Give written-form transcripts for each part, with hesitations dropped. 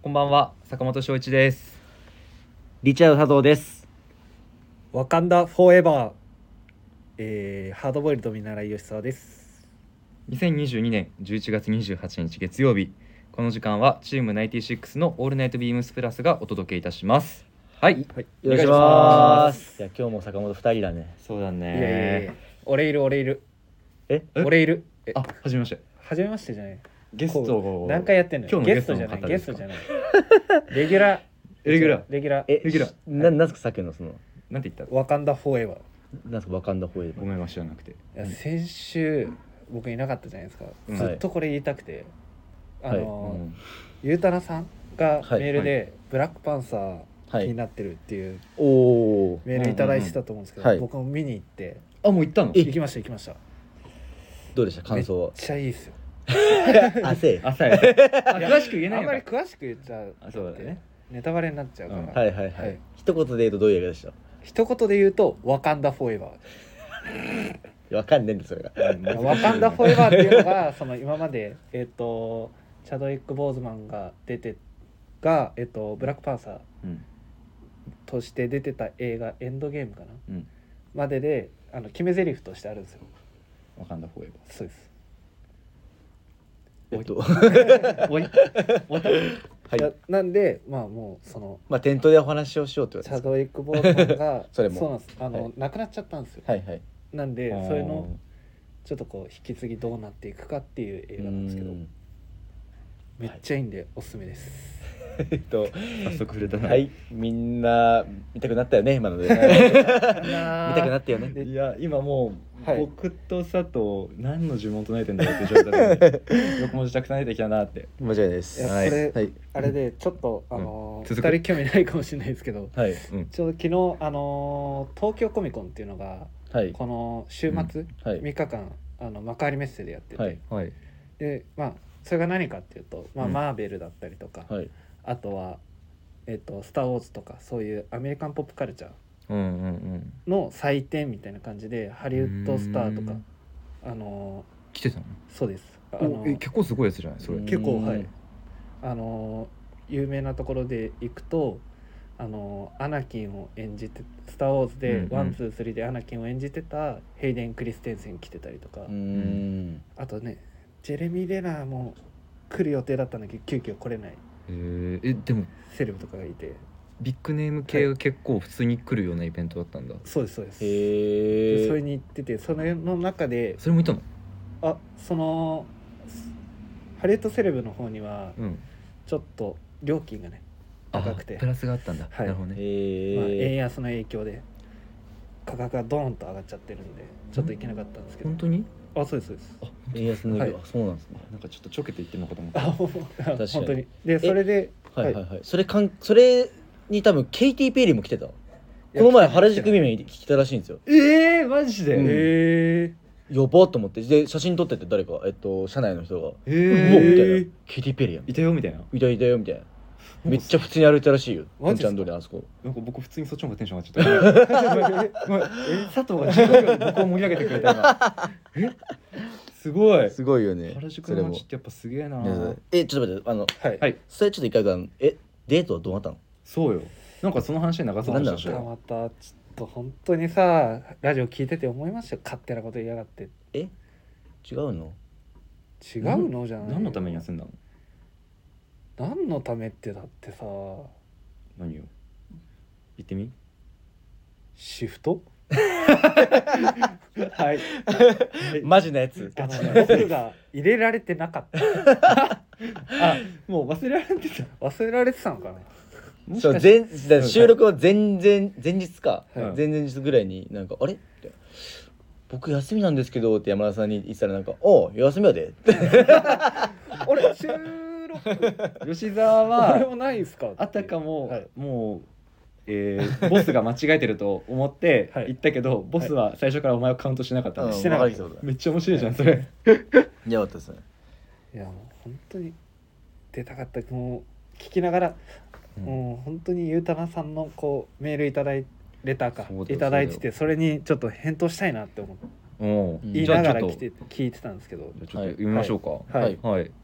こんばんは、坂本翔一です。 リチャード佐藤です。 ワカンダフォーエバー、ハードボイルド見習い吉沢です。 2022年11月28日月曜日、この時間はチーム96のオールナイトビームスプラスがお届けいたします。はい、 はい、 よろしくお願いします。いや今日も坂本2人だね。 そうだいやいやいやね。 俺いるえ俺いるあ、はじめまして。 はじめましてじゃない、 ゲスこトう何回やってんのよ。 今日のゲストのじゃない方ですか。 ゲストじゃないレギュラーレギュラーレギュラーレギュラーなんすかさっきのそのなんて言ったワカンダフォーエバー。 なんすかワカンダフォーエバー。 ごめんわ、知らなくて。 いや先週僕いなかったじゃないですか、 うんずっとこれ言いたくて、 うんゆうたなさんがはいメールで、ブラックパンサーはい気になってるっていうおお。 メールいただいてたと思うんですけど、 はい僕も見に行ってあ、もう行ったの？ え行きましたどうでした感想はめっ。ちゃいいっすよ。 汗。 朝や。詳しく言えないあんまりのか。 詳しく言っちゃうあ、そうだね。 ネタバレになっちゃうから、 うんはいはいははいい。 一言で言うとどういう映画でした。 一言で言うとワカンダフォーエバわかんねえんだそれが。 ー。ワカンダフォーエバーっていうのがその今までチャドウィック・ボーズマンが出てがブラックパンサーうんとして出てた映画エンドゲームかな、 うん。 までで決め台詞としてあるんですよ。 わかんだフォーエバそうです。 ー。終わり？終わった？ はいいやなんでまあもうそのまあ店頭でお話をしようって言われてチャドウィック・ボーズマンがそれもそうなんですはい亡くなっちゃったんですよ。 はいはい。 なんでそれのちょっとこう引き継ぎどうなっていくかっていう映画なんですけど、 うーんめっちゃいいんでおすすめです。 早速触れたな。 はいみんな見たくなったよね今ので。見たくなったよね。 いや今もう、 はい僕と佐藤何の呪文唱えてんだろうって状態で僕もたくさん出てきたなって。 間違いないです。 いやはいこれ、 はいあれでちょっと続く 2人興味ないかもしれないですけど、 はいうん。 ちょうど昨日東京コミコンっていうのがはいこの週末、 はい 3日間幕張メッセでやってて、 はいはい。 でまあそれが何かっていうと、まあうんマーベルだったりとか、 はいあとはスター・ウォーズとかそういうアメリカンポップカルチャーうんうんの祭典みたいな感じでハリウッドスターとかうん。来てたの？ そうです結構すごいやつじゃないそれ。 うん結構はい有名なところで行くとアナキンを演じてスター・ウォーズでうんうんワンツースリーでアナキンを演じてたヘイデン・クリステンセン来てたりとか、あとねジェレミー・レナーも来る予定だったんだけど急遽来れないでもセレブとかがいて。 ビッグネーム系が結構普通に来るようなイベントだったんだ。 そうですへえ。 でそれに行っててそれの中でそれもいたの？ そのハリウッドセレブの方にはうん。 ちょっと料金がね高くて、 プラスがあったんだ。 はいなるほどね。 まあ、円へえ。 安の影響で価格がドーンと上がっちゃってるんでちょっと行けなかったんですけど、 本当に？ そうですそうです。 円安のはいそうなんですね。 なんかちょっとちょけて言ってんのかと思った。 かに本当にでそれではいはいはい。それに多分ケイティ・ペリーも来てた。この前いや原宿ビメに来たらしいんですよ。 マジで？ うんえやばっと思ってで写真撮ってて誰か社内の人がうわみたいーなケイティ・ペリーやんいたよみたいな。 いたいたよみたいな。めっちゃ普通に歩いたらしいよ。 マジっすか本ちゃん通りあそこ。 なんか僕普通にそっちの方がテンション上がっちゃった。ごめん佐藤が15秒で僕を盛り上げてくれた今。すごい。 すごいよね。 原宿それもの街ってやっぱすげえな。 ちょっと待ってはい、 はい。 それちょっと一回デートはどうなったの？ そうよ。なんかその話に流そうとしたでしょ。 またちょっと本当にさラジオ聞いてて思いましたよ。勝手なこと言いやがって違うの？ 違うのじゃない何のために休んだの？ 何のためってだってさ何よ。言ってみ。 シフトはい。 マジなやつ。 僕が入れられてなかったもう忘れられてた。 忘れられてたのかな。 そうもしかしてだから収録は前日か、 はい前々日ぐらいになんかあれって僕休みなんですけどって山田さんに言ってたらなんかおう休みやで俺収録吉沢俺はもないんすかあたかも、 はいもう、ボスが間違えてると思ってはい言ったけど、ボスは最初からお前をカウントしなかったんだ、 してなかっためっちゃ面白いじゃんそれ。 やばかったですね。 いやもう本当に出たかった。もう聞きながら、もう本当にゆうたなさんのこうメールいただいレターかそうだよいただいてそうだてそれにちょっと返答したいなって思ってうんうん言いながらじゃあちょっと聞いてたんですけど、 ちょっと読みましょうか。 はいはい。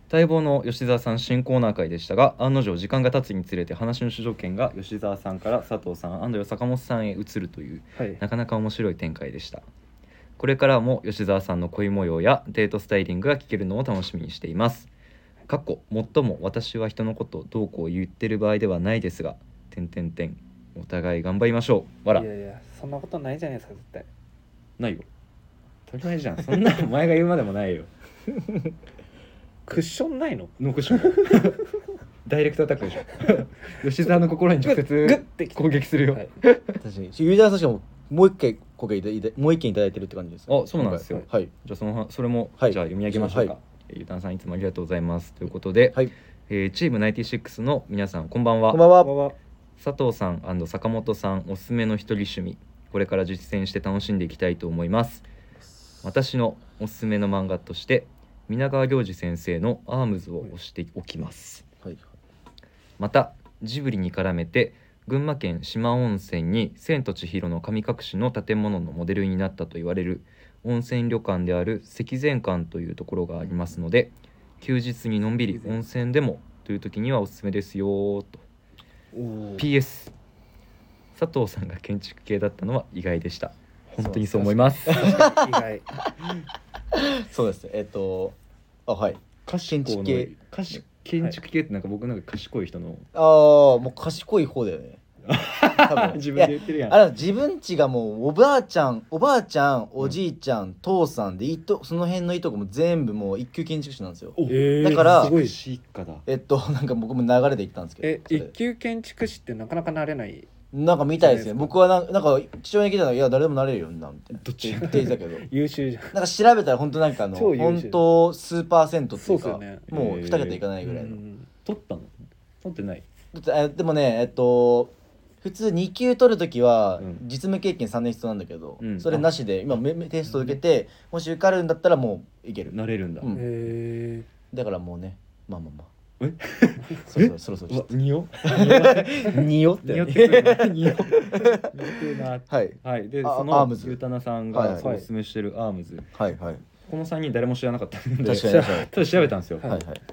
待望の吉澤さん新コーナー会でしたが、案の定時間が経つにつれて話の主導権が吉澤さんから佐藤さん坂本さんへ移るというはいなかなか面白い展開でした。これからも吉澤さんの恋模様やデートスタイリングが聞けるのを楽しみにしています。もっとも私は人のことをどうこう言ってる場合ではないですがお互い頑張りましょう。わらいやいやそんなことないじゃないですか絶対。 ないよ。当たり前じゃん。そんなお前が言うまでもないよ。 クッションないの？ ノークッション。ダイレクトアタックでしょ。吉沢の心に直グッ接てきて攻撃するよ。 はい確かにユーザーさんしかももう一回もう一件いただいてるって感じです。 あ、そうなんですよ。 はいじゃあそれも、 はいじゃあ読み上げましょうか。 はゆうたんさんいつもありがとうございますということで、 はい。 チーム96の皆さんこんばんは。 こんばんは。 こんばんは。 佐藤さん坂本さんおすすめの一人趣味、これから実践して楽しんでいきたいと思います。私のおすすめの漫画として皆川良二先生のアームズを推しておきます。 はい。 またジブリに絡めて群馬県四万温泉に千と千尋の神隠しの建物のモデルになったと言われる温泉旅館である積善館というところがありますので、休日にのんびり温泉でもという時にはおすすめですよと。PS 佐藤さんが建築系だったのは意外でした。本当にそう思います。 意外。 そうです。はい。建築系。 建築系ってなんか僕なんか賢い人のああ、もう賢い方だよね。多分自分で言ってるやん。 自分家がもうおばあちゃん、おじいちゃん、父さんでその辺のいとこも全部もう一級建築士なんですよ。だからすごい。 一家だ。 なんか僕も流れで行ったんですけど。それ一級建築士ってなかなかなれない。 なんか見たいですね。 そうですか僕はなんか父親に聞いたらいや誰でもなれるよなみたいな。 どっち言っていたけど。 優秀じゃん。 なんか調べたら本当なんか超優秀本当数パーセントっていうかそうっすよねもう2桁いかないぐらいの。 取ったの？取ってない。 でもね普通2級取るときはうん実務経験3年必要なんだけど、 うんそれなしで今テスト受けてもし受かるんだったらもういける。 なれるんだ。 うんへだからもうねまあえそろそろうわ、におにおってにおってくるな。におってな。 はいはい。でアそのームズゆうたなさんはいはいがおすすめしてるアームズ。 はいはいこの3人誰も知らなかったんで、 確かに確かにちょっと調べたんですよ。 はいはい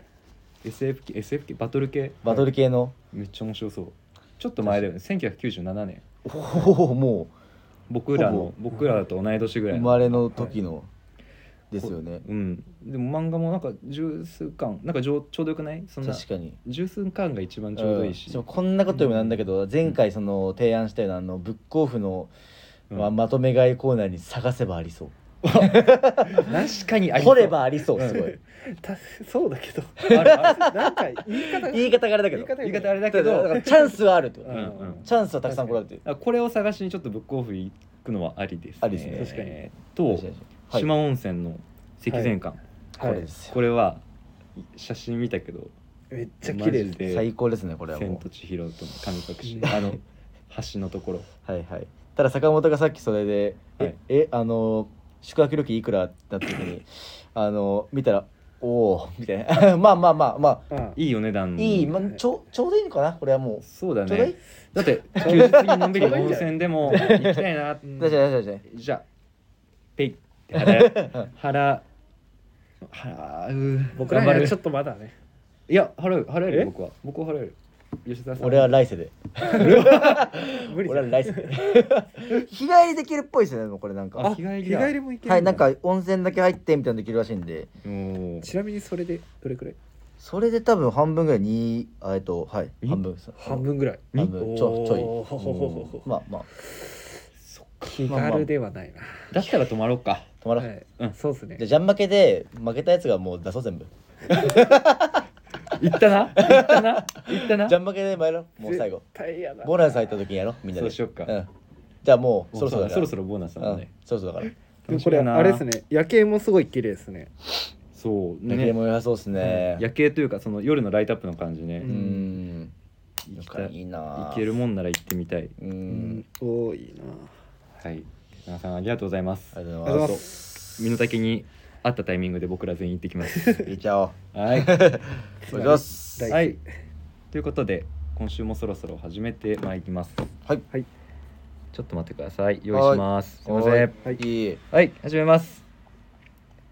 SF 系バトル系。 バトル系のめっちゃ面白そう。ちょっと前だよね。1997年。 おおも僕らと同い年ぐらいの。 う生まれの時のですよね。 うん。でも漫画もなんか十数巻なんかちょうどよくない？そんな確かに十数巻が一番ちょうどいいし。 そうこんなこと言うのなんだけど前回その提案したようなブックオフのまとめ買いコーナーに探せばありそう。 確かにありそう。 掘ればありそうすごい。 そうだけど。 あるあるなんか言い方があれだけど。 言い方あれだけだど、 からチャンスはあるってこと。 うんうんチャンスはたくさんこられてる。 これを探しにちょっとブックオフ行くのはありですね。 ありですね確かにとはい四万温泉の積善館、 これですよ。 これは写真見たけどめっちゃ綺麗マジで最高ですねこれは千もと千尋との神隠しうん橋のところ。 う。はいはい。ただ坂本がさっきそれで宿泊料金いくらってなった時に見たらおおみたいなまあいいお値段。 いいちょうどいいのかなこれはもう。 そうだちょうどいいね。だって休日にのんびり温泉でも行きたいな。 大丈夫大丈夫じゃあペイって払う。 僕らにはちょっとまだね。 いや払えるえ僕は払える。吉田さん。 俺は来世で。 無理じゃん。 俺は来世で。日帰りできるっぽいですねでもこれなんか。 日帰り日だ帰りも行ける。 はいなんか温泉だけ入ってみたいなのできるらしいんで。 おーちなみにそれでどれくらい？ それで多分半分ぐらいにはいえ半分半分ぐらい。 半分ちょいおーまあそっか。 気軽ではないな。 だったら泊まろうか。 止まろう。 はいうんそうですね。 じゃあジャン負けで負けたやつがもう出そう全部。 行ったな。 ジャン負けで参ろうもう最後。 絶対嫌だ。 ボーナス入った時にやろうみんなで。 そうしよっかん。じゃあもうそろそろだから。 そろそろボーナスだもんね。 そろそろだから。 でもこれあれですね。夜景もすごい綺麗ですね。 そう夜景も良さそうですね。 夜景というかその夜のライトアップの感じね。 よ行きたい。 いいな。 行けるもんなら行ってみたい。 多いな。 はい。皆さんありがとうございます。 ありがとうありがとうございまございます。 身の丈に合ったタイミングで僕ら全員行ってきます。 いっちゃおう。 はい。 お願いします。 大はい。ということで今週もそろそろ始めてまいります。 はい。 ちょっと待ってください。用意します。すみません。 はい。いい。 はい、始めます。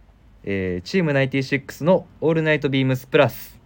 チーム96のオールナイトビームスプラス。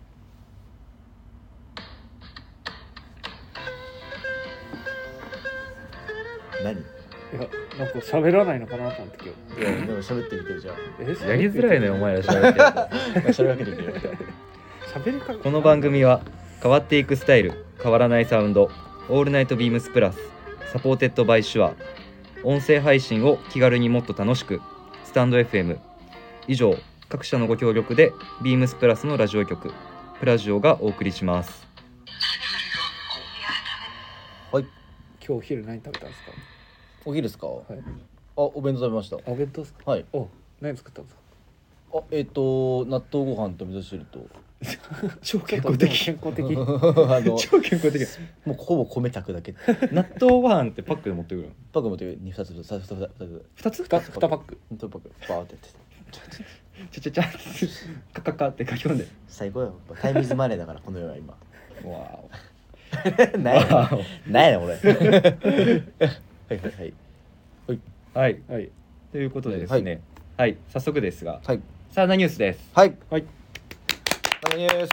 何？ いやなんか喋らないのかなと思って今日。 いやでも喋ってみてるじゃん。 やりづらいのよお前ら喋ってると喋るわけできるよ。 喋りかこの番組は変わっていくスタイル、変わらないサウンド、オールナイトビームスプラス、サポーテッドバイシュア、音声配信を気軽にもっと楽しく、スタンド FM、以上各社のご協力でビームスプラスのラジオ局プラジオがお送りします。 はい。 今日お昼何食べたんですか？ お昼ですか？ はい。 お弁当食べました。 お弁当ですか？ はい。 お、何作ったんですか？ 納豆ご飯と味噌汁と超健康的健康的超健康的。 もうほぼ米炊くだけ。 納豆ご飯ってパックで持ってくるの？ パック持って2つ 2パック 2パックバーってやってちゃカカカって書き込んで最高よ。タイムイズマネーだからこの世は今。 わなんやねん俺。はいはいはい。 ということでですね、はい早速ですが、 はいサウナニュースです。 はいはいニュース。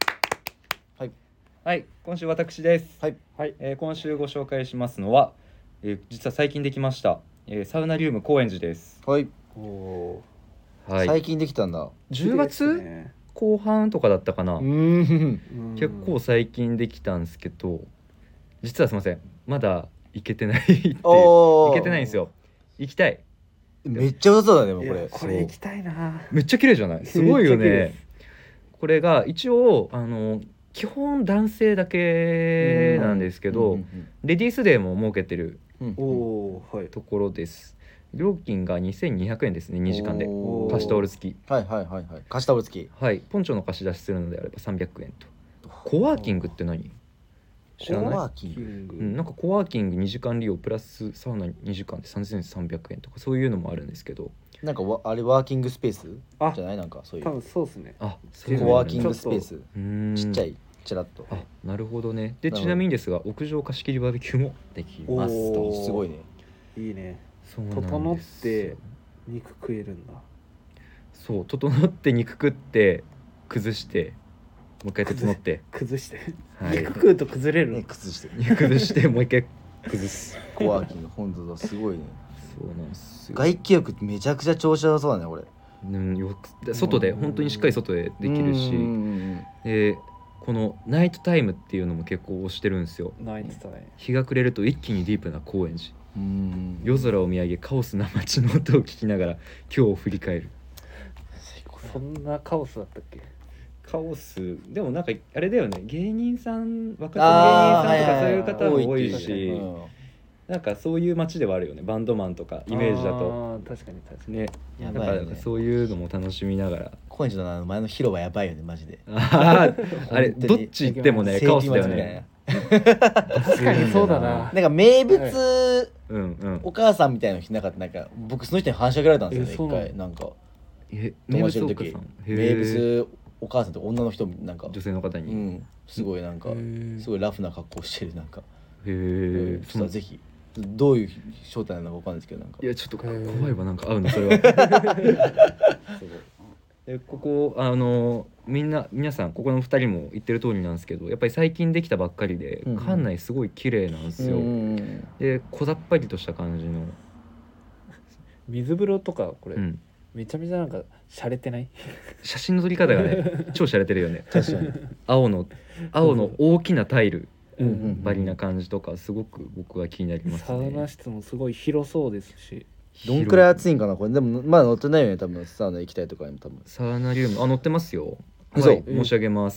はい今週私です。 はいはい。 今週ご紹介しますのは、実は最近できました、サウナリウム高円寺です。 はい。 おお。 はい、 最近できたんだ。 10月後半とかだったかな、 うん結構最近できたんですけど、実はすいませんまだ行けてないって行けてないんですよ。行きたい。 めっちゃ良さそうだねもうこれ。 これ行きたいな。 めっちゃ綺麗じゃない？すごいよめっちゃ綺麗でね。これが一応基本男性だけなんですけど、レディースデーも設けてるおお、はい。 ところです。料金が2200円ですね、2時間で。 おー貸しタオル付き。 はい貸しタオル付き。 はい、ポンチョの貸し出しするのであれば300円と。コワーキングって何？知らコない？ ワーキング。 なんかコワーキング2時間利用プラスサウナ2時間で3300円とかそういうのもあるんですけど、 なんかあれワーキングスペースあじゃない？なんかそういう多分そうですね。 あ、 そうコワーキングスペースちっちゃい。 いちらっと。 あ、なるほどね。でなるほどちなみにですが屋上貸し切りバーベキューもできますと。 おーすごいね。 いいね。 そうなんです。 整って肉食えるんだ。 そう、整って肉食って崩してもう一回整って崩して。 はい肉食うと崩れるのね。崩して肉崩してもう一回崩す。 コワーキング本当だすごいね。 そうなんですよ。 外気浴めちゃくちゃ調子良さそうだねこれ。 よく外で本当にしっかり外でできるし、 うんでこのナイトタイムっていうのも結構推してるんですよ。 ナイツだね。 日が暮れると一気にディープな高円寺、 うん夜空を見上げカオスな街の音を聞きながら今日を振り返る。 そんなカオスだったっけ？ カオスでもなんかあれだよね、芸人さん若手の芸人さんとかそういう方も多いし、なんかそういう街ではあるよね、バンドマンとかイメージだと。 確かに確かに。 ね、 やばいねなんかそういうのも楽しみながら高円寺の前の広場やばいよねマジで。 あれ本当にどっち行ってもねカオスだよ世紀末みたいね。 確かにそうだな。 なんか名物うんうんお母さんみたいな人いなかった？なんか僕その人に話しかけられたんですよね一そうなの回なんか名友物達の時お母さん。 名物お母さんって女の人なんか女性の方に、 うんすごいなんかへーすごいラフな格好してるなんかへえ、 ちょっとぜひどういう正体なのかわかんないですけどなんかいやちょっと怖へーいわ、なんか会うのそれはでここ皆さんここの2人も言ってる通りなんですけど、やっぱり最近できたばっかりで、 うん館内すごい綺麗なんですよ。 うんで小ざっぱりとした感じの、 水風呂とかこれ、 うん、 めちゃめちゃなんか洒落てない？ 写真の撮り方がね超洒落てるよね。 確かに青の大きなタイルうん張りな感じとかすごく僕は気になりますサウナね。 室もすごい広そうですし。 どんくらい暑いんかなこれ。でもまだ乗ってないよね多分サウナ行きたいとかにも多分。 サウナリウム乗ってますよ。 嘘はい、申し上げます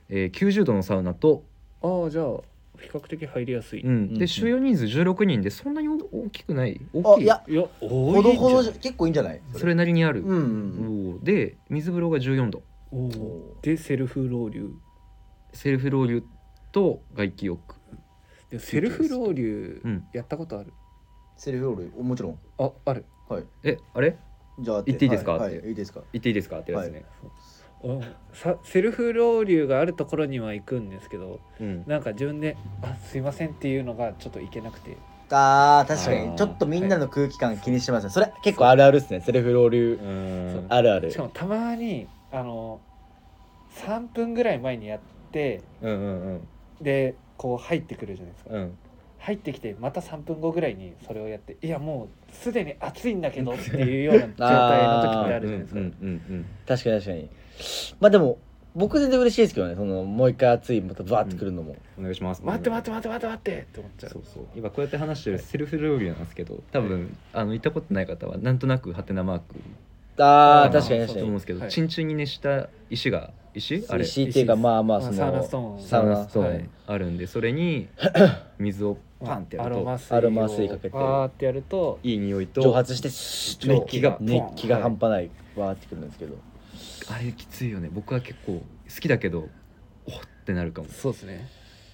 。90度のサウナと、 ああじゃあ比較的入りやすい。 で収容人数16人でそんなに大きくないあ大きいいやいや多ほどいんじゃないほど結構いいんじゃない？ それなりにある、 うんおーで水風呂が14度、 おーでセルフロウリュ。 セルフロウリュと外気浴。 でセルフロウリュうんやったことある？ セルフロールもちろん。 ある。 はいあれじゃあ行っていいですかはいっていいですか。 言っていいですかってやつね、 セルフロウリュがあるところには行くんですけど、 うんなんか自分で「あすいません」っていうのがちょっといけなくて、 あー確かあーにちょっとみんなの空気感気にしてますね。それ結構あるあるですね。セルフロールうんあるあるしか。もたまに3分ぐらい前にやってうんうんでこう入ってくるじゃないですか、 うん入ってきてまた3分後ぐらいにそれをやっていやもうすでに暑いんだけどっていうような状態の時ってあるじゃないですか、 うんうん確かに確かに。まあでも僕全然嬉しいですけどね。そのもう一回暑いまたバーってくるのも。 お願いします。 待って待って待って待って待ってって思っちゃう。 そうそう今こうやって話してるセルフ料理なんですけど多分行ったことない方はなんとなくハテナマークあーあー確かに確かに。 だと思うんですけど、 はいチンチンに熱した石あれ石っていうかまあまあそのサウナストーンサウナストーン、 はいあるんでそれに水をパンってやるとアロマ水かけてバーってやるといい匂いと蒸発してスッ熱気が熱気が半端ないわーってくるんですけど。 あれきついよね。僕は結構好きだけどおってなるかも。 そうですね。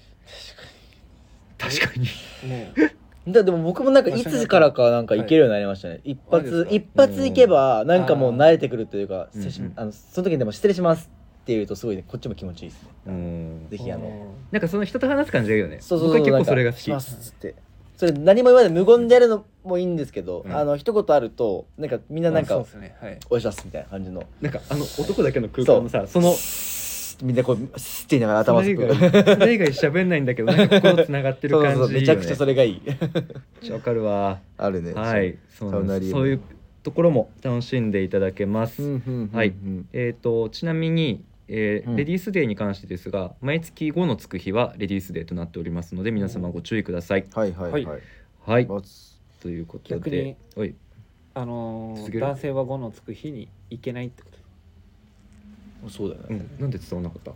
確かにもでも僕もなんかいつからかなんか行けるようになりましたね。一マジですか発行けばなんかもう慣れてくるというか、 うんその時にでも失礼しますって言うとすごいねこっちも気持ちいいですね。 うんぜひなんかその人と話す感じがいいよね。 そうそうそう、 僕は結構それが好き。 なんかしますっつって。それ何も言わない無言でやるのもいいんですけど、 うん一言あるとなんかみんななんかそうですね。はい。 お願いしますみたいな感じの。 なんか男だけの空間のさそのみんなこうスッて言いながら頭すく。 それ以外喋んないんだけどなんか心つながってる感じいいよね。 めちゃくちゃそれがいい。 めっちゃわかるわ。 あるね。 はい、そうなんです。 サウナリウムそういうところも楽しんでいただけます。はいちなみに、レディースデーに関してですが、毎月5のつく日はレディースデーとなっておりますので、皆様ご注意ください。 はいはいはい。 はい、 まということ逆にで、おい、続ける男性は5のつく日に行けないってこと。 そうだよね。 なんで伝わらなかった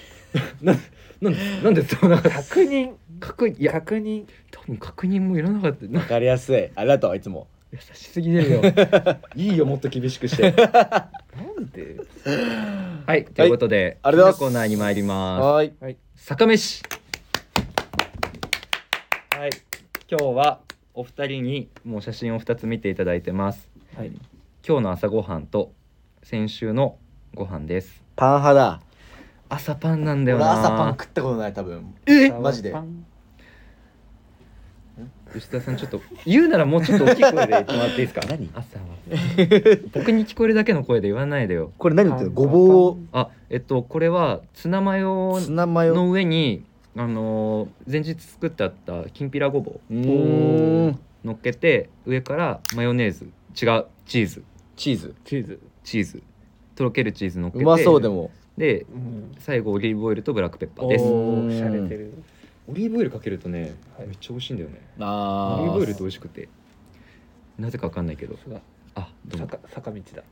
なんで伝わらなかった確認いや確認。 多分確認もいらなかったわかりやすい。ありがとういつも。 優しすぎるよいいよもっと厳しくしてなんで。 はいということで、 ありがとうございます次のコーナーに参ります。 はい。 坂飯。はい今日はお二人にもう写真を2つ見ていただいてます。 はい。 今日の朝ごはんと先週のご飯です。 パン派だ。 朝パンなんだ俺よな。 朝パン食ったことない多分。マジでパン吉田さんちょっと言うならもうちょっと大きい声で言ってもらっていいですか。 何朝は僕に聞こえるだけの声で言わないでよ。 これ何言ってるの？ごぼうをあこれはツナマヨツナマヨの上に前日作ってあったきんぴらごぼう乗っけて上からマヨネーズ違うチーズチーズ。 チーズとろけるチーズ乗っけてうまそうでも。 でうん。 最後オリーブオイルとブラックペッパーです。 おおしゃれてる。 オリーブオイルかけるとね、 はいめっちゃ美味しいんだよね。 あオリーブオイルって美味しくてなぜかわかんないけどそうだ。 どうも坂道だ。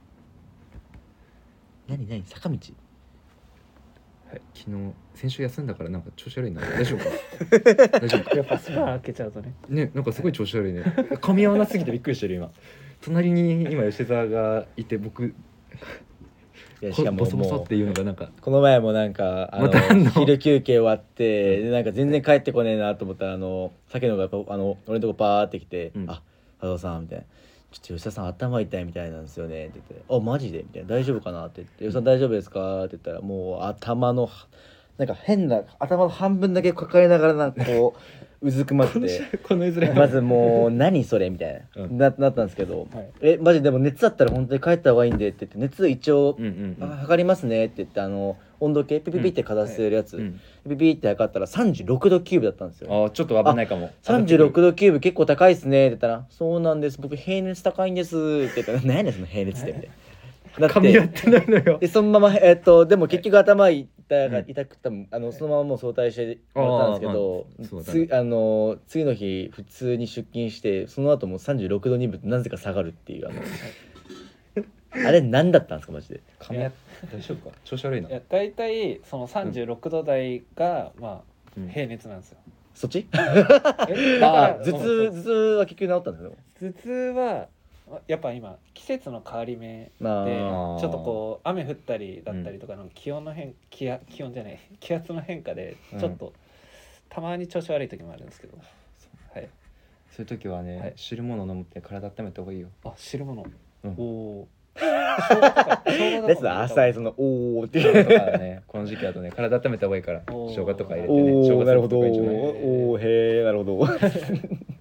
何坂道。 昨日先週休んだからなんか調子悪いな。大丈夫か大丈夫かやっぱスパ開けちゃうとね。 ね、なんかすごい調子悪いね。噛み合わなすぎてびっくりしてる今。隣に今吉沢がいて僕いやしかもボソボソもっていうのがなんかこの前もなんかまた昼休憩終わってでなんか全然帰ってこねえなと思ったら酒野が俺のとこパーって来てうんあ佐藤さんみたいな。ちょっと吉田さん頭痛いみたいなんですよねって言って「あマジで?」みたいな「大丈夫かな?」って言って「吉田さん大丈夫ですか?」って言ったらもうなんか変な頭の半分だけ抱えながらなんかこううずくまってこのいずれまずもう何それみたいな、 うんなったんですけどはい。 マジでも熱あったら本当に帰った方がいいんでって言って熱一応測りますねって言って温度計ピピピってかざせるやつ、ピピって測ったら36度9分だったんですよ。 ちょっと危ないかも。 36度9分結構高いっすねって言ったら「そうなんです僕平熱高いんです」って言ったら「何やねんその平熱って」みたいな。だ噛み合ってないのよ。 でそのままでも結局頭痛くてもそのままもう早退してもらったんですけど、 あーまあそうだね次の日普通に出勤してその後も36度2分ってなぜか下がるっていうあれ何だったんですかマジで。 噛み合って大丈夫か。調子悪いな。 いや大体その36度台がまあ平熱なんですよ。 そっちだから頭痛は結局治ったんですけど。 頭痛はやっぱ今季節の変わり目でちまあょっとこう雨降ったりだったりとかの気温じゃない気圧の変化でちょっとたまに調子悪い時もあるんですけど、はい。 そういう時はね、 はい汁物飲むって体温めた方がいいよ。 あ汁物、 うんおお生姜です浅いそのおーって生姜いう。 とかね、この時期だとね体温めた方がいいからおー生姜とか入れてね。生姜おーなるほど。 スープとかいいんじゃないおーへーなるほど。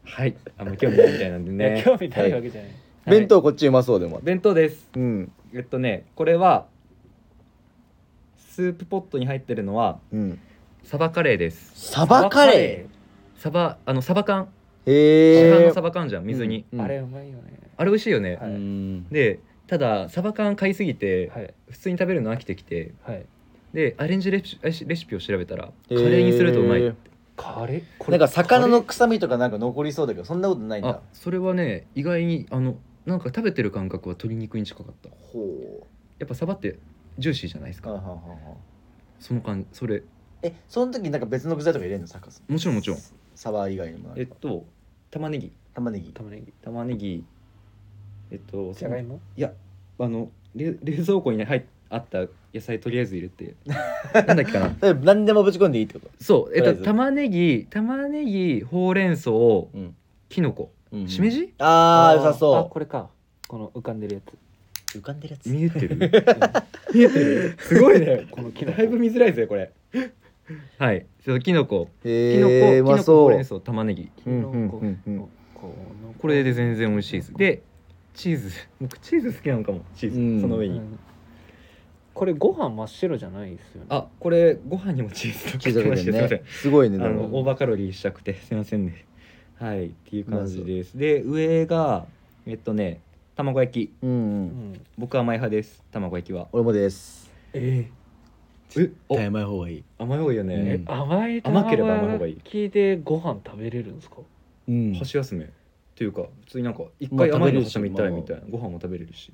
はいあんま興味ないみたいなんでいやね興味ないわけじゃない、 はい弁当こっちうまそうでも。 弁当です。 うんこれはスープポットに入ってるのはうん。 サバカレーです。 サバカレサバ缶ー。 市販へえ。 のサバ缶じゃん水に、 うんあれうまいよね。 あれ美味しいよね、 はいうん。 でただサバ缶買いすぎて、 はい普通に食べるの飽きてきてはい。 でアレンジレシピを調べたらカレーにするとうまい、 へーカレーこなんか魚のカ臭みとかなんか残りそうだけど、そんなことないんあだ。 それはね意外になんか食べてる感覚は鶏肉に近かった。 ほやっぱサバってジューシーじゃないですう。はか、 ははは。 それその時になんか別の具材とか入れるの、サカス。 もちろんもちろんサバ以外にもなんか。 玉ねぎ玉ねぎ。 玉ねぎ玉ねぎじゃがいもいや冷蔵庫にねあった野菜とりあえず入れてなんだっけかな例えば何でもぶち込んでいいってこと。 そうとりあえず玉ねぎほうれん草うん。 きのこうんしめじあー、良さあそこれかこの浮かんでるやつう。浮かんでるやつ。 見えてる見えてるすごいねこのきのこだいぶ見づらいぜこれはいそうきのこへきのこー、うまほそうう。 れん草玉ねぎうんうんうんうんこれで全然美味しいですでチーズ僕チーズ好きなのかもチーズ、 うんその上に、 これご飯真っ白じゃないですよね。 あこれご飯にもチーズチーズかけてすいませんね。すごいね。 オでもーバーカロリーしたくてすいませんねはいっていう感じですで上が卵焼きうんう。 うんん。 僕は甘い派です卵焼きは俺もです。 お甘い方がいい。 甘い方がいいよね、 うん甘い甘ければ甘い方がいい聞いてご飯食べれるんですか？ うん。 箸休めっていうか普通になんか一まあ回甘いの食べれるし挟みたいまあみたいなご飯も食べれるし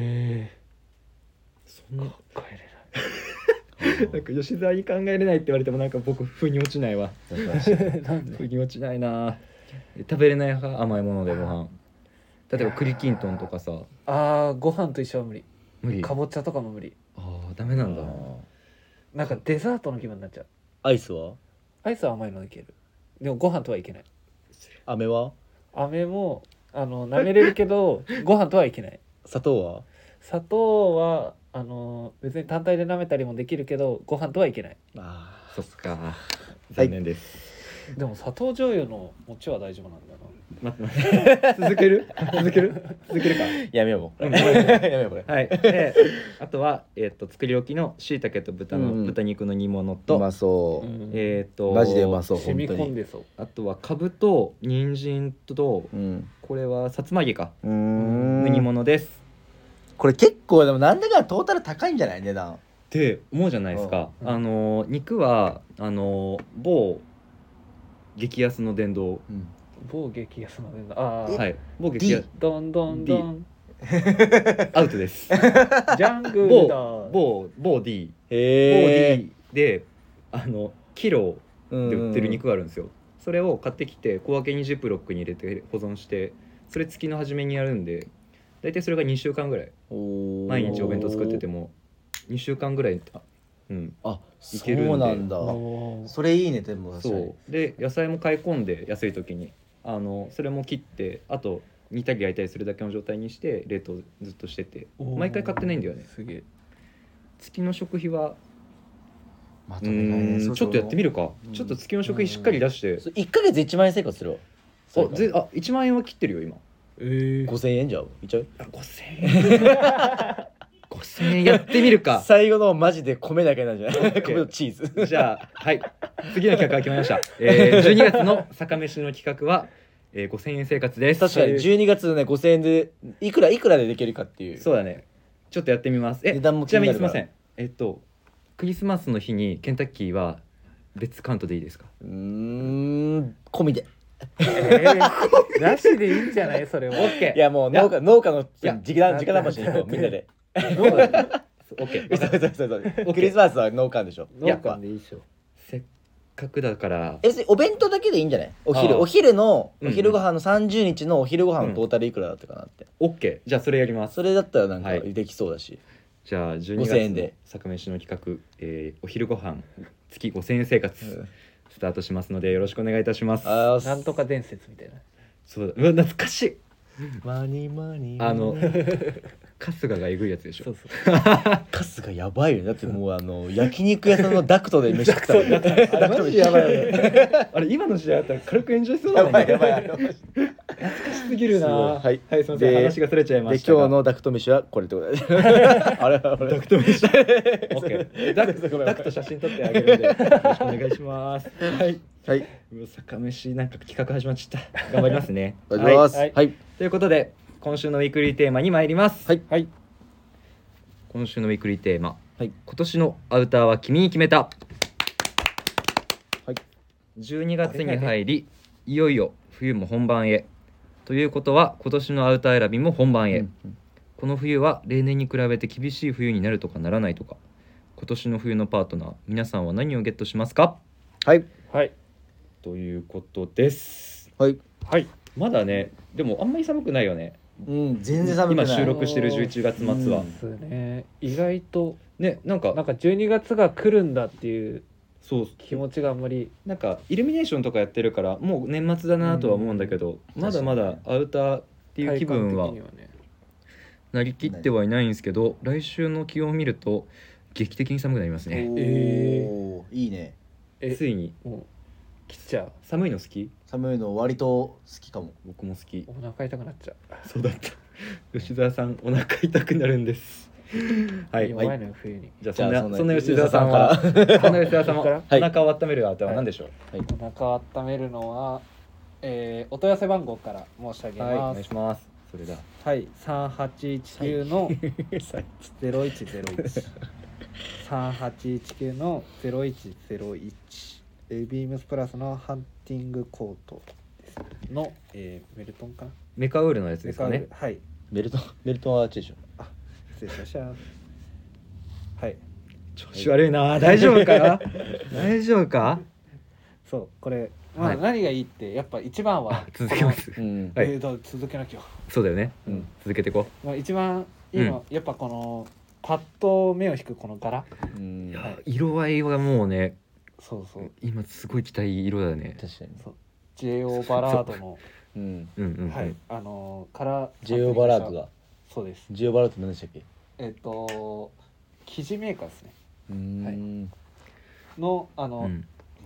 そんな帰れなんか吉沢に考えれないって言われてもなんか僕腑に落ちないわない。なんで？ 腑に落ちないな食べれない派甘いものでご飯例えば栗きんとんとかさああご飯と一緒は無理。 無理かぼちゃとかも無理。 ダメなんだなんかデザートの気分になっちゃう。 アイスは？ アイスは甘いのいける。でもご飯とはいけない。 飴は？ 飴も舐めれるけどご飯とはいけない。 砂糖は？ 砂糖は別に単体で舐めたりもできるけどご飯とはいけない。 あそっか残念です、 でも砂糖醤油の餅は大丈夫なんだな。 待って続けるかー。やめようもう。 うんやめようこれ。 はいであとは作り置きのしいたけと豚肉の煮物うとまそう。マジでうまそう染み本当に。 込んでそう。 あとはかぶと人参とうん。 これはさつま揚げかうん。 煮物ですこれ結構でもなんだかんだトータル高いんじゃない値段。 って思うじゃないですか、 うん肉は某激安の殿堂某激安のねああ、 はい某激安どんどんどんアウトですジャングルだ。 某 D へえ。 D でキロで売ってる肉があるんですよ、それを買ってきて小分けにジップロックに入れて保存してそれ月の初めにやるんで大体それが2週間ぐらい毎日お弁当作ってても2週間ぐらいあ、 いけるんでそうなんだ。 おーそれいいねでも確かそに。 うで野菜も買い込んで安い時にそれも切ってあと煮たり焼いたりするだけの状態にして冷凍ずっとしてておー毎回買ってないんだよねすげえ。 月の食費はまとめないね。 ちょっとやってみる。 るか、 うんちょっと月の食費しっかり出して 1ヶ月1万円生活するわ。 1万円は切ってるよ今 5000円じゃん。いっちゃう 5000円5000円やってみるか最後のマジで米だけなんじゃない？ オッケー米とチーズ。 じゃあはい次の企画が決まりました、12月の酒飯の企画は、5000円生活です確かに12月ね5000円でいくらでできるかっていう。 そうだねちょっとやってみます値段もちなみにすいま気になるかせんクリスマスの日にケンタッキーは別カウントでいいですか込みで。 なしでいいんじゃないそれは。 オッケーいやもういや農家のいや直談判しに行こうみんなで。 オッケーそうクリスマスは農家でしょ。 農家でいいでしょ。 せっかくだから別にお弁当だけでいいんじゃない？おああ昼のうんうんお昼ご飯の30日のお昼ご飯のトータルいくらだったかなって。 オッケーじゃあそれやりますそれだったらなんかはいできそうだし。 じゃあ12 5000 月の円で酒飯の企画、お昼ご飯月5000円生活スタートしますのでよろしくお願いいたしますあーなんとか伝説みたいな。 そうだうわ懐かしいマニマニ春日がえぐいやつでしょ。 そうそうカスがやばいよね。だってもう焼肉屋さんのダクトで飯食ったもんね。 あれマジやばいよね。あれ今の時代だったら軽く炎上しそうだもんね。 やばい懐かしすぎるな。 すごいはいはい、すみません、 で話がそれちゃいまでしたが。 今日のダクト飯はこれってことであれダクト飯。オッケー。ダクト写真撮ってあげるんでよろしくお願いします。はい。 はい酒飯なんか企画始まっちゃった。頑張りますね。 お願いしますはいはいということで今週のウィークリーテーマに参ります。 はいはい今週のウィークリーテーマ、 はい今年のアウターは君に決めた。 はい 12月に入り、いよいよ冬も本番へということは今年のアウター選びも本番へ、この冬は例年に比べて厳しい冬になるとかならないとか、今年の冬のパートナー皆さんは何をゲットしますかはいはいということです。 はいはいまだね、でもあんまり寒くないよね。 うん全然寒くない今収録してる11月末は、 ですね。意外とね、なんか 12月が来るんだっていうそう気持ちがあんまりなんかイルミネーションとかやってるからもう年末だなとは思うんだけど、まだまだアウターっていう気分は体感的にねなりきってはいないんですけど、来週の気温を見ると劇的に寒くなりますね。 おーいいねついにもう来ちゃう。 寒いの好き？ 寒いの割と好きかも僕も好き。 お腹痛くなっちゃそうだった吉沢さんお腹痛くなるんですう。 はい、 弱いのよ冬に。 じゃあじゃあそんな吉沢さんはそんな吉沢さんはからお腹を温めるアウターは何でしょう？ はいお腹を温めるのは、お問い合わせ番号から申し上げはい、おます願いし。ます。それだ。 はい、3819の0101 3819の0101ビームスプラスのハンティングコートですの、メルトンかなメカウールのやつですかね。 はいメルトンはあっちでしょ失礼しましたはい調子悪いな。大丈夫か？大丈夫か？ そうこれまあ、 はい何がいいってやっぱ一番は続けます。 うんはいだ続けなきゃ、 そうだよね。 うん続けていこまあ、一番いいのは、やっぱこのパッと目を引くこの柄うんう。いやはい色合いはもうね、 そうそう今すごい着たい色だね。 確かにそう JO バラードのうんうんうんうん。 はいカラージオバラードがそうですジオバラード何でしたっけ生地メーカーですねうんのうん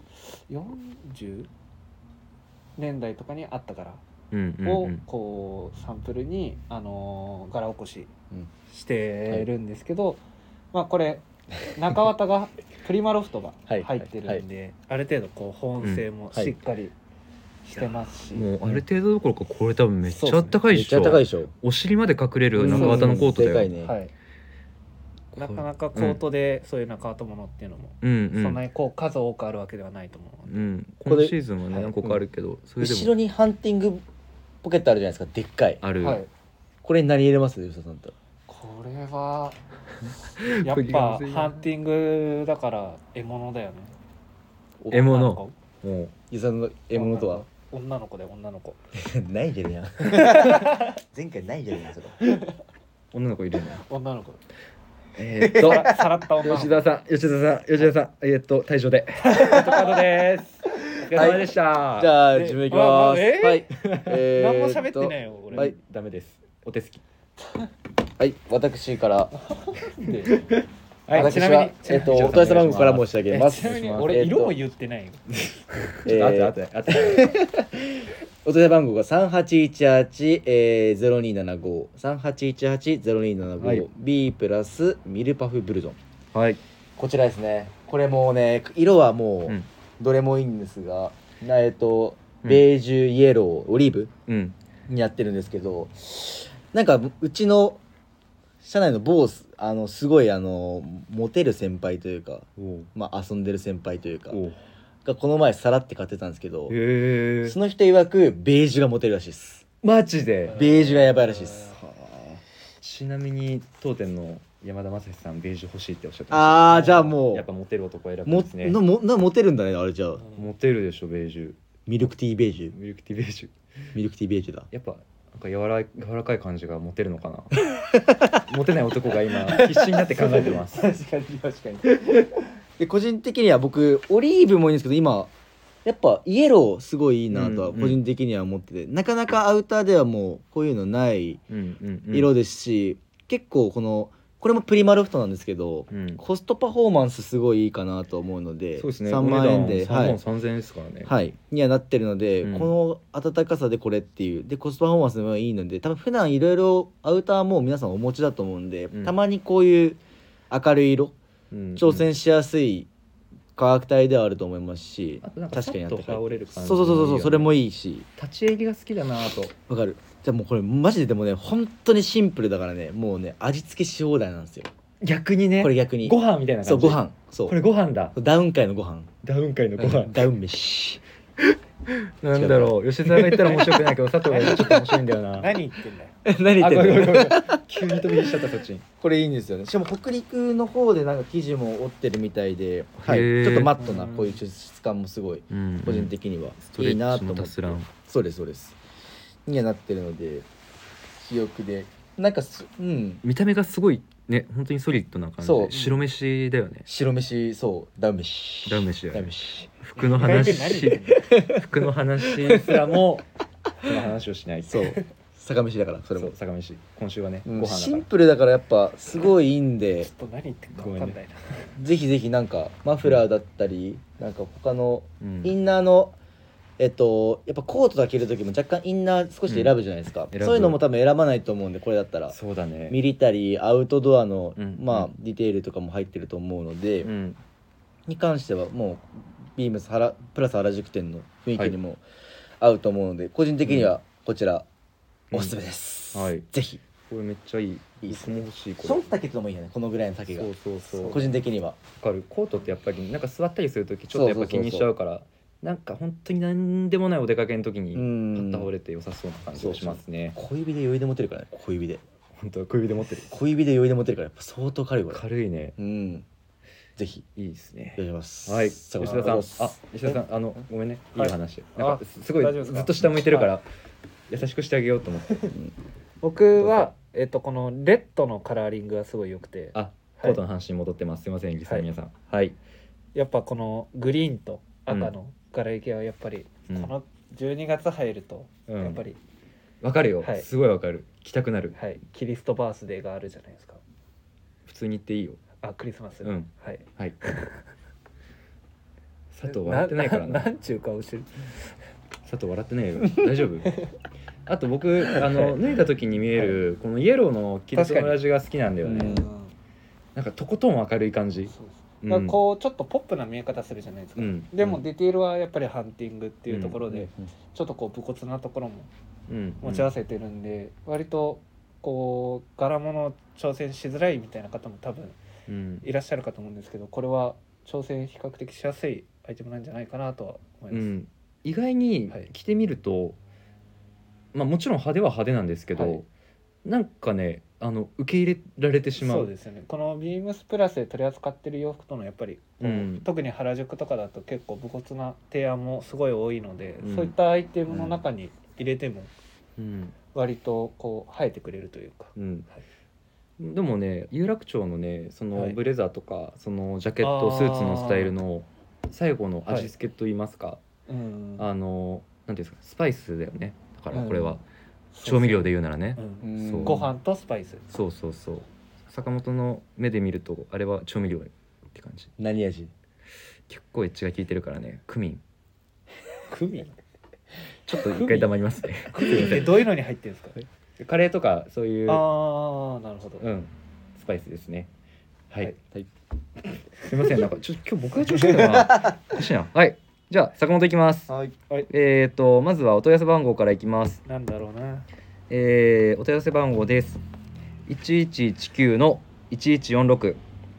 40年代とかにあった柄うんうんをうん。 こうサンプルに柄起こしうんしてるんですけど、まあこれ中綿がプリマロフトがはい入ってるんで、ある程度こう保温性もしっかりしてますし、 もうある程度どころかこれ多分めっちゃあったかいめっちっしょ。 ゃ高いでしょお尻まで隠れる中綿のコートだよ。 でかいねはい、なかなかコートでそういう中綿ものっていうのも、 うんうん。 そんなにこう数多くあるわけではないと思うので、 うん。 これ今シーズンはね何個かあるけど、それで後ろもにハンティングポケットあるじゃないですかでっかいある。 はい、 これに何入れます吉田さんとこれはやっぱハンティングだから獲物だよね。 獲物女の子もう吉田さんの獲物とは女の子で女の子ないじゃんやん前回ないじゃんやんそれ女の子いるんだ。 女の子さらった女の子吉田さん退場でカードです。お疲れ様でした。 じゃあ自分いきますはい何も喋ってないよ俺、 はいダメです。お手すき。 はい私からはい、 私ちなみにはお問い合わせ番号から申し上げますちなみに俺色も言ってないよ、 あとお問い合わせ番号が3818-0275 3818-0275、 はい B プラスミルパフブルゾンはい。 こちらですねこれもうね色はもうんうどれもいいんですが、ベージュイエローオリーブうん。 になってるんですけどなんかうちの社内のボスすごいモテる先輩というか、まあ、遊んでる先輩というかがこの前さらって買ってたんですけどへえ。 その人曰くベージュがモテるらしいですマジで。 ベージュがやばいらしいですちなみに当店の山田雅史さんベージュ欲しいっておっしゃってました。 あーじゃあもうやっぱモテる男選ぶんもですね。 モテるんだねあれじゃあモテるでしょベージュ。 ミルクティーベージュミルクティーベージュ。 ミルクティーベージュだやっぱなんか柔らかい感じがモテるのかな。モテない男が今必死になって考えてます。 確かにで個人的には僕オリーブもいいんですけど今やっぱイエローすごいいいなとは個人的には思ってて、なかなかアウターではもうこういうのない色ですし、結構これもプリマロフトなんですけど、コストパフォーマンスすごいいいかなと思うので、 そうですね、 3万円で 3万3000円ですからね。 はいにはなってるので、この暖かさでこれっていうでコストパフォーマンスもいいので、多分普段いろいろアウターも皆さんお持ちだと思うんで、たまにこういう明るい色、挑戦しやすい価格帯ではあると思いますし、 あとなんか確かにあったかい。 さっと羽織れる感じ、 そうそれもいいし、 立ち襟が好きだなと。 わかる。じゃあもうこれマジででもね本当にシンプルだからね、もうね味付けし放題なんですよ。 逆にね、 これ逆にご飯みたいな感じ。 そうご飯、そうこれご飯だ。 ダウン界のご飯、 ダウン界のご飯、 ダウン飯。 なんだろう、吉沢が言ったら面白くないけど佐藤が言ったらちょっと面白いんだよな。 何言ってんだよ。 何言ってんの。 ごめんごめんごめん急に飛び出しちゃったそっちに。 これいいんですよね。しかも北陸の方でなんか生地も織ってるみたいで、はい、 へーちょっとマットなこういう質感もすごい個人的にはいいなと思って、そうですそうです、にはなってるので、記憶でなんか見た目がすごいね、本当にソリッドな感じそうで白飯だよね。 白飯、そうダウン飯、 ダウン飯だよね。 ダウン飯。 服の話意外と何言ってん服の話すらも服の話をしない。 そう酒飯だからそれもそう酒飯、今週はね、 うんご飯だから。 シンプルだからやっぱすごいいいんで、 ちょっと何言ってんか分かんないな。 ぜひぜひなんかマフラーだったり、なんか他のうんインナーのやっぱコートだけ着る時も若干インナー少し選ぶじゃないですか、 選ぶそういうのも多分選ばないと思うんで、これだったらそうだね。 ミリタリーアウトドアの、まあうんディテールとかも入ってると思うので、 うんに関してはもうビームスプラス原宿店の雰囲気にも合うと思うので、個人的にはこちらおすすめです、 はいぜひ。 これめっちゃいい。 いいっす僕も欲しいこれ。 そん丈ともいいよね、このぐらいの丈が。 そう個人的にはわかる。コートってやっぱりなんか座ったりするときちょっとやっぱ気にしちゃうから、なんか本当に何でもないお出かけの時にパッと羽織れて良さそうな感じがしますね。 小指で余裕で持てるからね、小指で本当は小指で持ってる。 小指で余裕で持てるからやっぱ相当軽いこれ。 軽いね。 ぜひいいですねお。願いします。 はい。 さ吉田さん、 あ吉田さん、ごめんね、いいはい話。 あなんかすごい大丈夫ですかずっと下向いてるから優しくしてあげようと思って。 僕はこのレッドのカラーリングがすごい良くて、 あ、コートの話に戻ってます。すいません、リスナーの皆さん。はい。 やっぱこのグリーンと赤の柄行きはやっぱりうんこの12月入るとうんやっぱり、 わかるよはい。 すごいわかる。着たくなる。 はい、キリストバースデーがあるじゃないですか。 普通に言っていいよ。 あ、クリスマス、 うんはい。 はい。佐藤笑ってないからな。 なんちゅう顔してる。 佐藤笑ってないよ。大丈夫？あと僕脱いだ時に見えるこのイエローのキルトの裏地が好きなんだよね。なんかとことん明るい感じ。 そうですうんだからこうちょっとポップな見え方するじゃないですか、 うんでもディテールはやっぱりハンティングっていうところで、 うんちょっとこう武骨なところもうん持ち合わせてるんで、割とこう柄物挑戦しづらいみたいな方も多分うんいらっしゃるかと思うんですけど、これは挑戦比較的しやすいアイテムなんじゃないかなとは思います、 うん、意外にはい着てみると、まあもちろん派手は派手なんですけど、 はいなんかね受け入れられてしまう。 そうですよね。このビームスプラスで取り扱ってる洋服とのやっぱりこう、 うん特に原宿とかだと結構武骨な提案もすごい多いので、 うんそういったアイテムの中に入れてもうん割とこう生えてくれるというか、 うんでもね有楽町のねそのはいブレザーとか、そのジャケットあースーツのスタイルの最後の味付けといいますか、 うんなんていうんですか、スパイスだよね。だからこれは、 うん調味料で言うならね、 うんそうご飯とスパイス。 そうそうそう、坂本の目で見るとあれは調味料って感じ。 何味？ 結構エッジが効いてるからね。クミンクミンちょっと一回黙りますね。 クミンってどういうのに入ってるんですか？ カレーとかそういうああ、なるほど。 スパイスですね。はい、 はいはいすみません、なんか今日僕が調子いいのかな。おかしいな。はい、じゃあ坂本いきます。 はい。 まずはお問い合わせ番号からいきます。 なんだろうな。 お問い合わせ番号です。1119の1146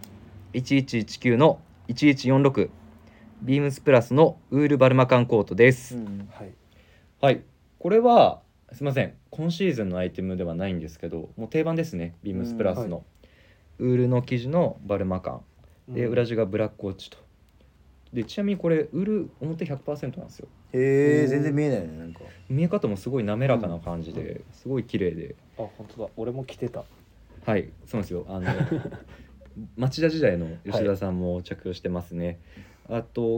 1119の1146ビームスプラスのウールバルマカンコートです。 はい。 はい、これはすみません、今シーズンのアイテムではないんですけど、もう定番ですね。ビームスプラスの、ウールの生地のバルマカンで、裏地がブラックウォッチと。でちなみにこれウール表 100% なんですよ。 へえ、全然見えないね、なんか。 見え方もすごい滑らかな感じで、すごい綺麗で、 あ、本当だ。俺も着てた。 はい、そうなんですよ。町田時代の吉田さんも着用してますね。あと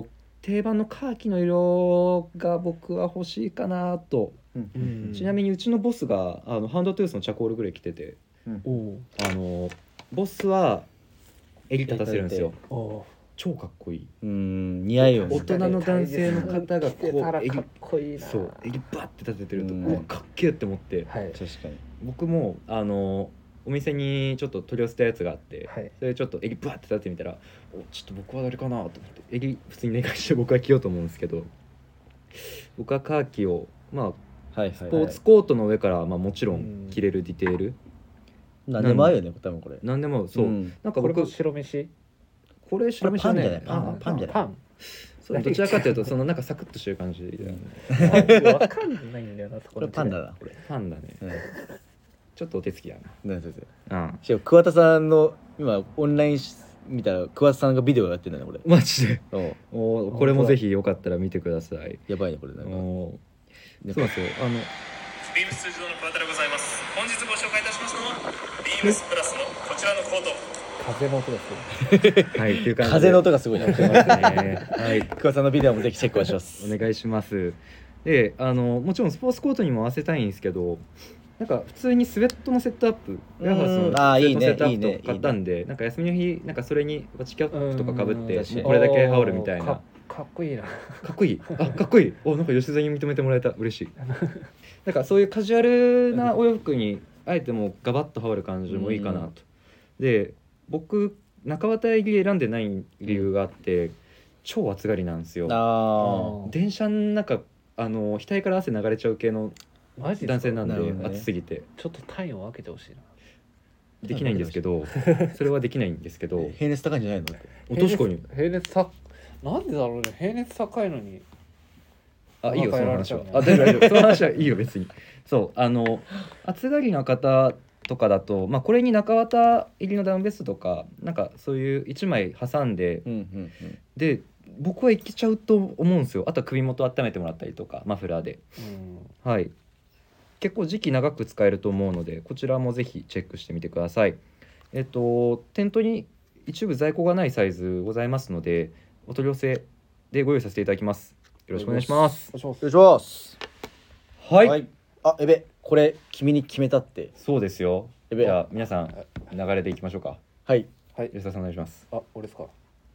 定番のカーキの色が僕は欲しいかなと。 うんちなみにうちのボスがハンドトゥースのチャコールグレー着てて、 おおボスは襟立たせるんですよ。 お超かっこいい。 似合うよね大人の男性の方がこ着てたらう襟かっこいいな。 そう襟バッて立ててるとうんうわかっけえって思って、 はい確かに僕もお店にちょっと取り寄せたやつがあって、 はいそれちょっと襟バッて立ててみたらちょっと僕は誰かなと思って襟普通に願いして僕は着ようと思うんですけど、僕はカーキをはいスポーツコートの上からもちろん着れるディテール、 何でも合うよね多分これなんでもそう、 んなんかこれも僕白飯。 これ白飯はねパンじゃないパン。 そうどちらかというとそのなんかサクッとしてる感じだよね。 わかんないんだよなそここれパンダだこれパンだね、ちょっとお手つきやなんですよな。 しかも桑田さんの今オンライン見たら桑田さんがビデオやってるんだねこれマジでおこれもぜひよかったら見てください。 やばいねこれなんかそうなんですよ。 ビームススタジオの桑田でございます。本日ご紹介いたしますのはビームスプラスのこちらのコート。 風の音がする。 はいっていう感じで風の音がすごいな出ますね。はい桑田さんのビデオもぜひチェックお願いしますお願いします。でもちろんスポーツコートにも合わせたいんですけど、なんか普通にスウェットのセットアップ、ウェアハウスのスウェットのセットアップとか買ったんで、なんか休みの日なんかそれにバチキャップとかかぶってうんもうこれだけ羽織るみたいな。 かっこいいな。 かっこいい。あ、かっこいい。お、なんか吉田に認めてもらえた。嬉しい。なんかそういうカジュアルなお洋服にあえてもうガバッと羽織る感じもいいかなと。で、僕中綿入り選んでない理由があって、超暑がりなんですよ。 あ電車の中額から汗流れちゃう系のマジ男性なんで、 なるほどね暑すぎてちょっと体温を分けてほしいな。 できないんですけど、それはできないんですけど、 平熱高いんじゃないのってお確かに。 平熱さなんでだろうね。平熱高いのに。 あ、いいよその話は。あ、 お大丈夫大丈夫。その話はいいよ別に。そう暑がりな方とかだと、これに中綿入りのダウンベストとかなんかそういう1枚挟んで、で僕はいけちゃうと思うんですよ。あとは首元温めてもらったりとかマフラーで、はい、結構時期長く使えると思うのでこちらもぜひチェックしてみてください。店頭に一部在庫がないサイズございますのでお取り寄せでご用意させていただきます。よろしくお願いします。 お願いします。 よいしますはい、 あエベこれ君に決めたってそうですよ。 やべじゃあ皆さん流れでいきましょうか。 はいはい。 吉田さんお願いします。 あ、俺ですか。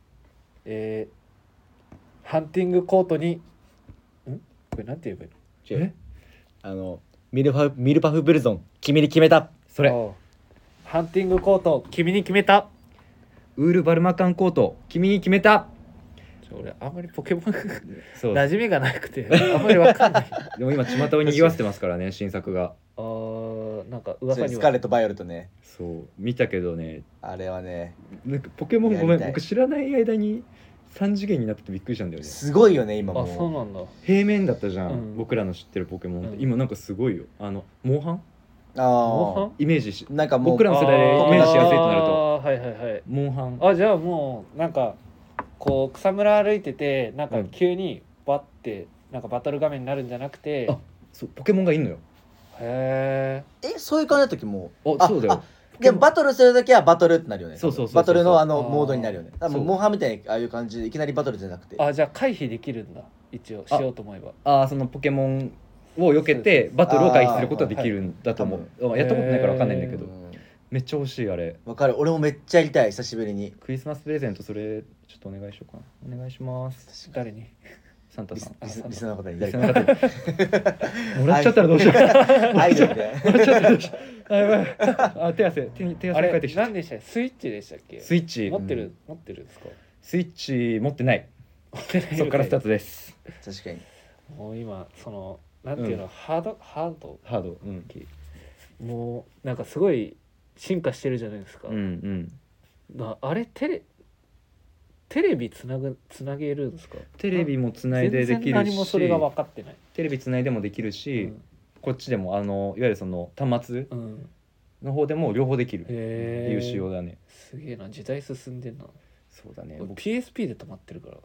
ハンティングコートにこれなんて言えばいいの。 違うミルパフブルゾン君に決めたそれああハンティングコート君に決めた。 ウールバルマカンコート君に決めた。 俺あんまりポケモンそう馴染みがなくてあんまりわかんない。 でも今巷を賑わせてますからね新作が。 あーなんか噂にはスカーレット・バイオレットねそう見たけどね、 あれはねなんかポケモンごめんやりたい僕知らない間に3次元になっててびっくりしたんだよね。 すごいよね今あそうもなんだ。 平面だったじゃん、 うん僕らの知ってるポケモンって、 うん今なんかすごいよモンハンあイメージしあなんかもう僕らの世代でイメージしやすいとなるとあーはいはいはい。 モンハンあじゃあもうなんかこう草むら歩いててなんか急にバッてなんかバトル画面になるんじゃなくて、 あそうポケモンがいんのよ。 へそういう感じの時もそうだよ。 でもバトルする時はバトルってなるよねそうそうそうそうバトルのあーモードになるよね多そう分モンハンみたいにああいう感じでいきなりバトルじゃなくてえ。あじゃあ回避できるんだ一応しようと思えば。 そのポケモンを避けてバトルを回避することはできるんだと思う。やったことないから分かんないんだけど、めっちゃ欲しいあれ。 わかる俺もめっちゃやりたい久しぶりにクリスマスプレゼントそれちょっとお願いしようかな。お願いします。 誰に。 サンタさん。 リスナーの方にリス誰かナーの方もらっちゃったらどうしよう。 アイドルでもらっちゃったらどうしよう。あやばい。あ手汗あれ返ってきた何。でしたっけスイッチでしたっけ。 スイッチ持ってる持ってるんですか。 スイッチ持ってない。 持ってない。 そっから2つです。 確かにもう今そのなんていうの、ハードハード。うんもうなんかすごい進化してるじゃないですか。 うん。 あれテレビつなげるんですか。 テレビもつないででき全然る何もそれがし、 分かってない。 テレビつないでもできるし、こっちでもいわゆるその端末うん。 の方でも両方できるってへえ。 いう仕様だね。 すげえな時代進んでんな。 そうだね。 俺僕 PSP で止まってるから。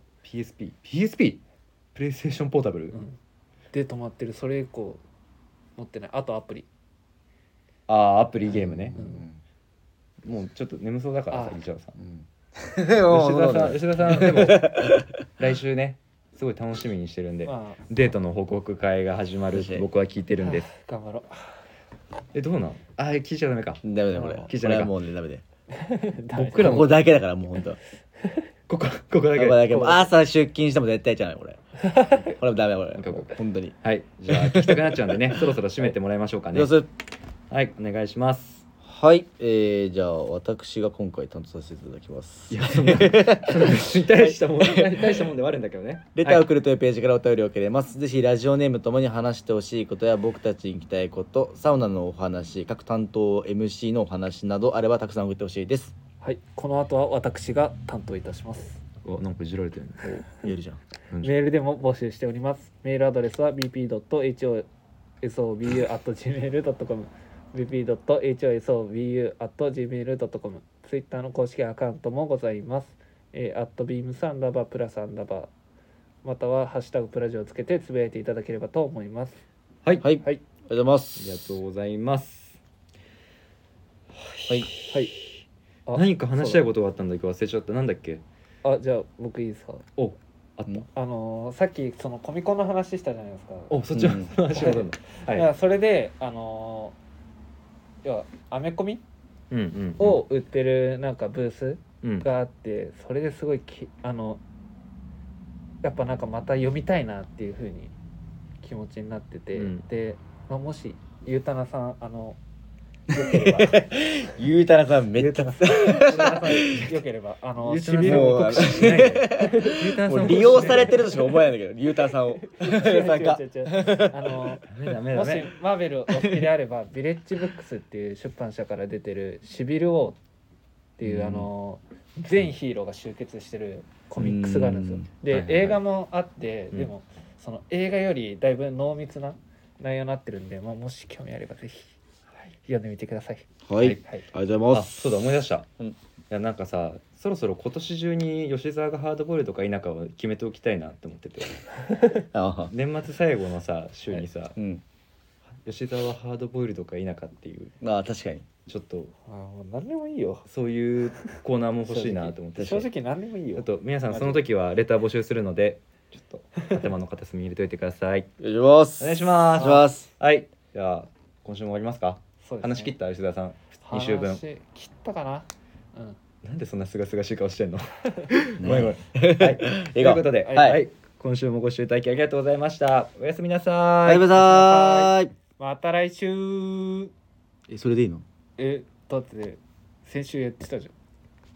PSP プレイステーションポータブル。 で止まってる。それ以降持ってない。あとアプリ。 アプリゲームね。 うんもうちょっと眠そうだからさあ一応さん。 うん吉田さんでも来週ねすごい楽しみにしてるんで、 まあデートの報告会が始まるって僕は聞いてるんです。 頑張ろどうなん？聞いちゃダメか。 ダメだこれ聞いちゃダメかこれはもうねダメでう。 こ僕らもこだけだからもうほんとここだけここだけもう朝出勤しても絶対じゃないこれこれダメこれなんかこう本当にはい、じゃあ聞きたくなっちゃうんでねそろそろ締めてもらいましょうかね。 よしはい、お願いします。 はい、じゃあ私が今回担当させていただきますいやそんな別に大したもんではあるんだけどね。 レターを送るというページからお便りを受けれます。ぜひラジオネームともに話してほしいことや僕たちに聞きたいこと、サウナのお話、各担当 MC のお話などあればたくさん送ってほしいです。 はいこの後は私が担当いたします。 お、なんかいじられてるね。 言えるじゃん。 メールでも募集しております。メールアドレスは bp.hosobu@gmail.com bp.hosobu@gmail.com ツイッターの公式アカウントもございます。@beams_+_ またはハッシュタグプラジをつけてつぶやいていただければと思います。 はい、 はい、 はいありがとうございまあす。 りがとうございます。 はい、 はいあ何か話したいことがあったんだけど忘れちゃった。なんだっけ？ じゃあ僕いいですか。 お、あった。 さっきそのコミコンの話したじゃないですか。 お、そっちの話があるんだ。はいやそれで要はアメコミうんうんを売ってるなんかブースうんがあって、それですごいやっぱなんかまた読みたいなっていう風に気持ちになってて、 うんで、もしゆうたなさんよければゆうたなさんめっちゃよければゆうたなさんしびれもう告知しないで。ゆうたなさんもう利用されてるとしか思えないんだけど、ゆうたなさんを。 違うさんが違うダメもしダメ。 マーベルお好きであればビレッジブックスっていう出版社から出てるシビル・ウォーっていう全ヒーローが集結してるコミックスがあるんですよ。で、 はいはいはい映画もあって、 うんでもその映画よりだいぶ濃密な内容になってるんで、もし興味あればぜひ読んでみてください。 はい、 はいありがとうございまあ、 す。 そうだ思い出した。 うんいやなんかさ、そろそろ今年中に吉沢がハードボイルドか否かを決めておきたいなって思ってて、 あ年末最後のさ週にさ、 うん。 吉沢はハードボイルドか否かっていうまあ確かに。 ちょっともう何でもいいよ。 そういうコーナーも欲しいなと思って正直何でもいいよ。 あと皆さんその時はレター募集するのでちょっと頭の片隅に入れといてください。 お願いします。 お願いしますお願いします。 はい、じゃあ今週も終わりますか。 そうですね話し切った吉沢さん2週分。 話切ったかな。 なんでそんなすがすがしい顔してんの。 ねごめんごめん。はい、ということで、 はい今週もご視聴いただきありがとうございました。おやすみなさい。 バイバイ。 また来週。 それでいいの？ だって先週やってたじゃん。